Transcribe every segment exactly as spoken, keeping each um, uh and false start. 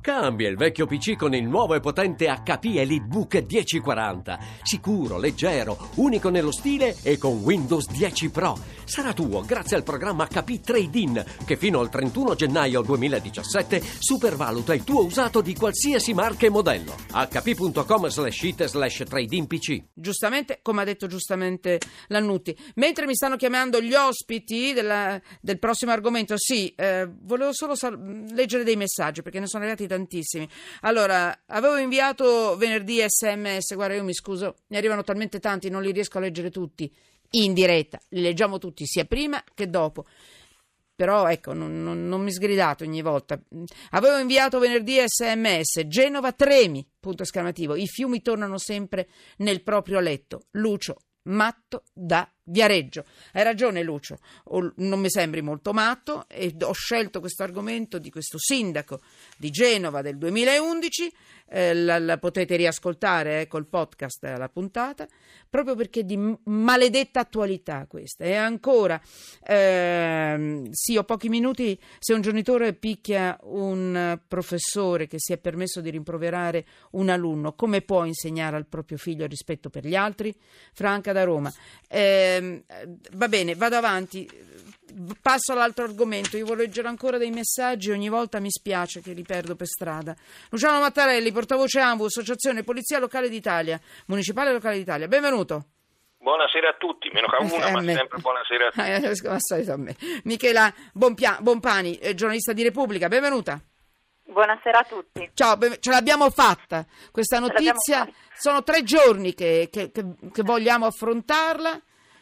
Cambia il vecchio P C con il nuovo e potente H P EliteBook millequaranta. Sicuro, leggero, unico nello stile e con Windows dieci Pro. Sarà tuo grazie al programma H P Trade-in che fino al trentuno gennaio duemiladiciassette supervaluta il tuo usato di qualsiasi marca e modello. hp.com slash it slash trade-in pc. Giustamente, come ha detto giustamente Lannutti. Mentre mi stanno chiamando gli ospiti della, del prossimo argomento, sì, eh, volevo solo sal- leggere dei messaggi perché ne sono arrivati tantissimi. Allora, avevo inviato venerdì sms, guarda, io mi scuso, ne arrivano talmente tanti, non li riesco a leggere tutti in diretta, li leggiamo tutti sia prima che dopo. Però ecco, non, non, non mi sgridate ogni volta. Avevo inviato venerdì sms, Genova Tremi, punto esclamativo, i fiumi tornano sempre nel proprio letto. Lucio Matto da Viareggio. Hai ragione Lucio, non mi sembri molto matto e ho scelto questo argomento di questo sindaco di Genova del duemilaundici, eh, la, la potete riascoltare eh, col podcast la puntata, proprio perché di maledetta attualità questa. E ancora, ehm, sì, ho pochi minuti, se un genitore picchia un professore che si è permesso di rimproverare un alunno, come può insegnare al proprio figlio rispetto per gli altri? Franca da Roma. Eh, va bene, vado avanti, passo all'altro argomento. Io voglio leggere ancora dei messaggi, ogni volta mi spiace che li perdo per strada. Luciano Mattarelli, portavoce ANVU, Associazione Polizia Locale d'Italia, Municipale Locale d'Italia, benvenuto. Buonasera a tutti, meno che a una, eh, ma me. sempre buonasera a tutti. Al solito a me. Michela Bonpia- Bonpani, giornalista di Repubblica, benvenuta. Buonasera a tutti. Ciao, ce l'abbiamo fatta. Questa notizia, sono tre giorni che, che, che, che vogliamo affrontarla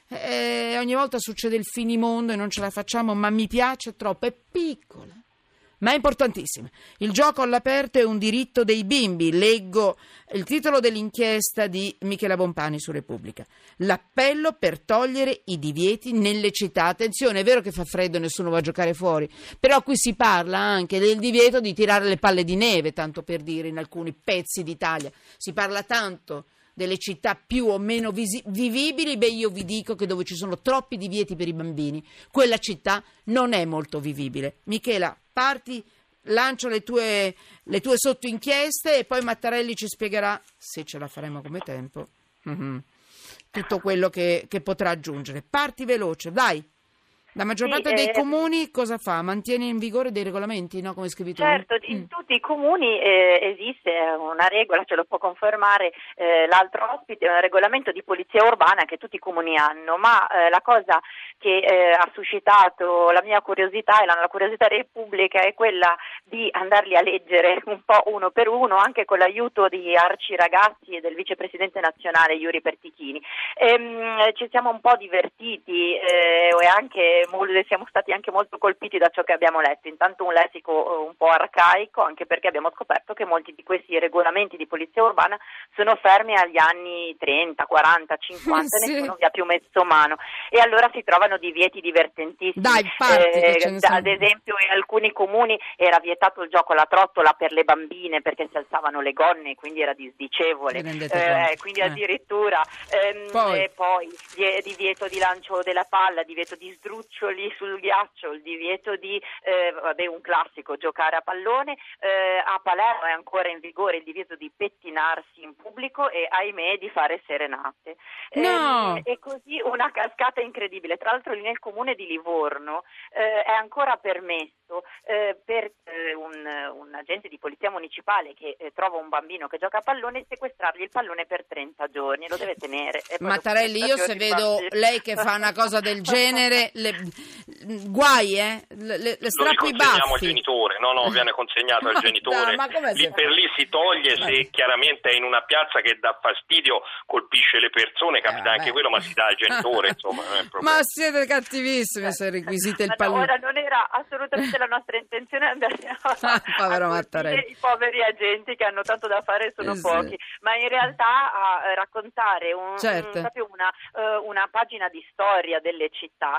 e ogni volta succede il finimondo e non ce la facciamo, ma mi piace troppo, è piccola, ma è importantissima. Il gioco all'aperto è un diritto dei bimbi. Leggo il titolo dell'inchiesta di Michela Bonpani su Repubblica. L'appello per togliere i divieti nelle città. Attenzione, è vero che fa freddo e nessuno va a giocare fuori, però qui si parla anche del divieto di tirare le palle di neve, tanto per dire, in alcuni pezzi d'Italia. Si parla tanto delle città più o meno visi- vivibili. Beh, io vi dico che dove ci sono troppi divieti per i bambini, quella città non è molto vivibile. Michela, parti, lancio le tue, le tue sottoinchieste e poi Mattarelli ci spiegherà, se ce la faremo come tempo, mm-hmm, tutto quello che, che potrà aggiungere. Parti veloce, dai. La maggior sì, parte dei eh, comuni cosa fa? Mantiene in vigore dei regolamenti, no? Come scrivi tu? Certo, in mm. tutti i comuni eh, esiste una regola, ce lo può confermare eh, l'altro ospite, è un regolamento di polizia urbana che tutti i comuni hanno, ma eh, la cosa che eh, ha suscitato la mia curiosità e la, la curiosità Repubblica è quella di andarli a leggere un po' uno per uno, anche con l'aiuto di Arci Ragazzi e del vicepresidente nazionale Iuri Pertichini. Ehm, ci siamo un po' divertiti eh, e anche siamo stati anche molto colpiti da ciò che abbiamo letto. Intanto un lessico un po' arcaico, anche perché abbiamo scoperto che molti di questi regolamenti di polizia urbana sono fermi agli anni trenta, quaranta, cinquanta, sì. Nessuno vi ha più messo mano e allora si trovano divieti divertentissimi. Dai, parti, eh, da, ad esempio in alcuni comuni era vietato il gioco alla trottola per le bambine perché si alzavano le gonne, quindi era disdicevole, eh, quindi addirittura ehm, poi, eh, poi divieto di lancio della palla, divieto di sdruccio sul ghiaccio, il divieto di eh, vabbè, un classico, giocare a pallone. Eh, a Palermo è ancora in vigore il divieto di pettinarsi in pubblico e ahimè di fare serenate. No. Eh, e così una cascata incredibile. Tra l'altro lì nel comune di Livorno eh, è ancora permesso eh, per eh, un, un agente di polizia municipale che eh, trova un bambino che gioca a pallone sequestrargli il pallone per trenta giorni, lo deve tenere. Mattarelli, io se vedo bambino. lei che fa una cosa del genere, le, guai, eh? Le, le, le strappo i baffi. Al genitore, no, no, viene consegnato al genitore. No, lì per lì si toglie, se Vabbè. chiaramente è in una piazza che dà fastidio, colpisce le persone, capita eh, anche quello, ma si dà al genitore, insomma. Non è ma siete cattivissimi se requisite il pallone. Ora non era assolutamente la nostra intenzione andare a, ah, povero a i poveri agenti che hanno tanto da fare, sono eh, pochi, sì. ma in realtà a raccontare un, certo. un, proprio una, uh, una pagina di storia delle città che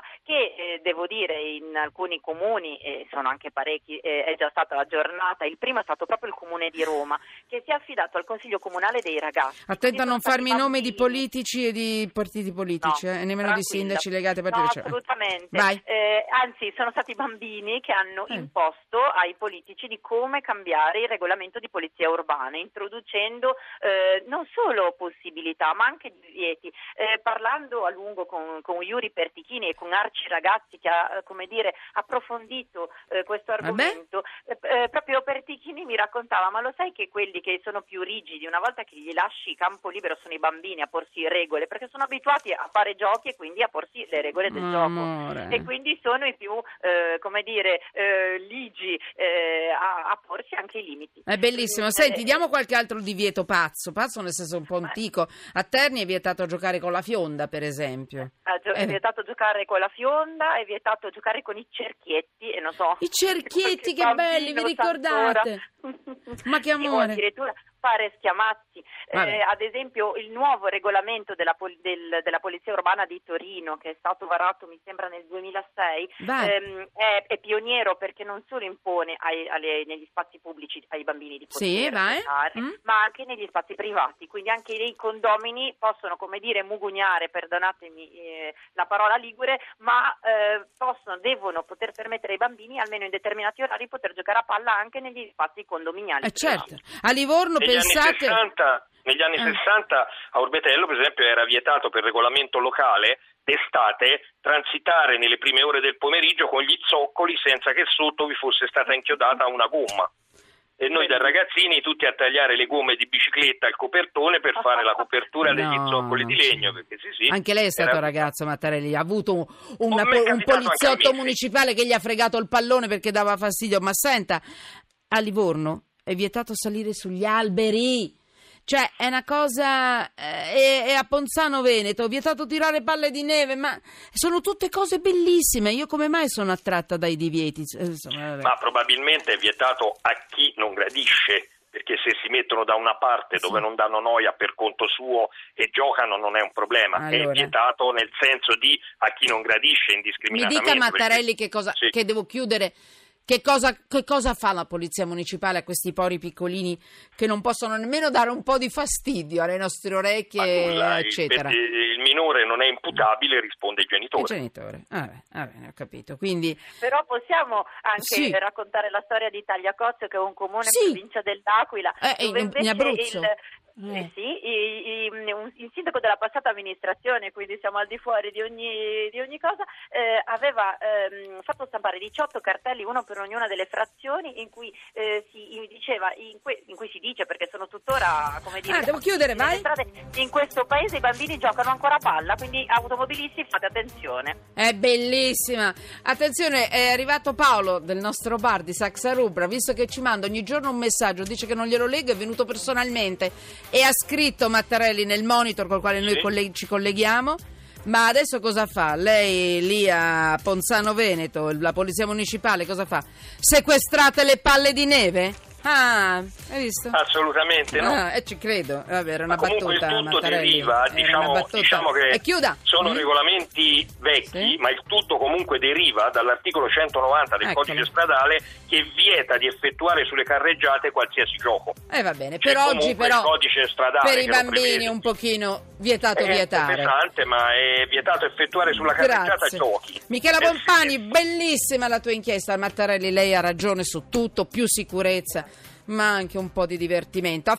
eh, devo dire in alcuni comuni, e sono anche parecchi, eh, è già stata la giornata, il primo è stato proprio il comune di Roma, che si è affidato al Consiglio Comunale dei ragazzi. Attenta a non farmi i nomi di bambini. politici e di partiti politici, No, eh, e nemmeno di sindaci legati a No, partiti. assolutamente. Vai. Eh, anzi, sono stati i bambini che hanno Eh. imposto ai politici di come cambiare il regolamento di polizia urbana, introducendo eh, non solo possibilità, ma anche divieti. Eh, parlando a lungo con, con Yuri Pertichini e con Arci Ragazzi, che ha, eh, come dire, approfondito eh, questo argomento, eh, eh, proprio Pertichini mi raccontava: ma lo sai che quelli che sono più rigidi, una volta che gli lasci campo libero, sono i bambini a porsi regole, perché sono abituati a fare giochi e quindi a porsi le regole del Amore. gioco, e quindi sono i più, eh, come dire, eh, ligi eh, a, a porsi anche i limiti. È bellissimo. Eh, Senti, diamo qualche altro divieto pazzo, pazzo nel senso un po' antico. A Terni è vietato giocare con la fionda, per esempio. Gio- È Eh. vietato giocare con la fionda, è vietato giocare con i cerchietti, e non so. I cerchietti, che qualche belli, vi bambino ricordate? s'ancora. Ma che Sì, o amore. addirittura fare schiamazzi. Vabbè. Eh, ad esempio il nuovo regolamento della, pol- del- della Polizia Urbana di Torino, che è stato varato mi sembra nel duemilasei, Vai. ehm, è, è pioniero, perché non solo impone ai- alle- negli spazi pubblici ai bambini di Sì, poter vai. giocare, Mm. ma anche negli spazi privati, quindi anche i condomini possono, come dire, mugugnare, perdonatemi eh, la parola ligure, ma eh, possono, devono poter permettere ai bambini, almeno in determinati orari, poter giocare a palla anche negli spazi condominiali. Eh, certo. A Livorno Negli anni pensate... sessanta, negli anni Eh. sessanta a Orbetello, per esempio, era vietato per regolamento locale d'estate transitare nelle prime ore del pomeriggio con gli zoccoli senza che sotto vi fosse stata inchiodata una gomma. E noi da ragazzini tutti a tagliare le gomme di bicicletta al copertone per fare la copertura degli No, zoccoli di non c'è. legno, perché sì, sì. Anche lei è stato era- ragazzo, Mattarelli, ha avuto un, una- A me è un capitato anche a poliziotto me, sì. municipale che gli ha fregato il pallone perché dava fastidio. Ma senta, a Livorno è vietato salire sugli alberi. Cioè, è una cosa... eh, e, e a Ponzano Veneto è vietato tirare palle di neve, ma sono tutte cose bellissime. Io come mai sono attratta dai divieti? Eh, insomma, vabbè. Ma probabilmente è vietato a chi non gradisce, perché se si mettono da una parte dove Sì. non danno noia per conto suo e giocano non è un problema, Allora. è vietato nel senso di a chi non gradisce Mi indiscriminatamente. dica Mattarelli perché- che cosa... Sì. che devo chiudere... Che cosa, che cosa fa la polizia municipale a questi poveri piccolini che non possono nemmeno dare un po' di fastidio alle nostre Ma orecchie, scusa, il- eccetera? Il minore non è imputabile, risponde il Il genitore. genitore. Ah, beh, ah, bene, ho capito. Quindi, Però possiamo anche Sì. raccontare la storia di Tagliacozzo, che è un comune Sì. in provincia dell'Aquila, Eh, dove in- in invece Abruzzo. il, Eh. eh sì, i- i- un- il sindaco della passata amministrazione, quindi siamo al di fuori di ogni, di ogni cosa, eh, aveva ehm, fatto stampare diciotto cartelli, uno per ognuna delle frazioni, in cui eh, si in- diceva, in, que- in cui si dice, perché sono tuttora, come dire, Ah, devo chiudere, nelle vai. strade, in questo paese i bambini giocano ancora a palla, quindi automobilisti fate attenzione. è bellissima. Attenzione, è arrivato Paolo del nostro bar di Saxa Rubra, visto che ci manda ogni giorno un messaggio, dice che non glielo leggo, è venuto personalmente e ha scritto Mattarelli nel monitor col quale noi Sì. colle- ci colleghiamo. Ma adesso cosa fa? Lei lì a Ponzano Veneto, la polizia municipale, cosa fa? Sequestrate le palle di neve? Ah, hai visto? Assolutamente no. Ah, eh, ci credo. Vabbè, era una Ma comunque battuta, il tutto Mattarelli. deriva, Era diciamo, una battuta. diciamo che E chiuda. sono Mm. regolamenti vecchi, Sì. ma il tutto comunque deriva dall'articolo centonovanta del Eccolo. codice stradale, che vieta di effettuare sulle carreggiate qualsiasi gioco. Eh va bene, C'è per oggi comunque però il codice stradale per i che lo bambini prevede. un pochino vietato È vietare. pesante, ma è vietato effettuare sulla carreggiata Grazie. giochi. Michela Eh, Bompani, sì. bellissima la tua inchiesta. Mattarelli, lei ha ragione su tutto, più sicurezza, ma anche un po' di divertimento.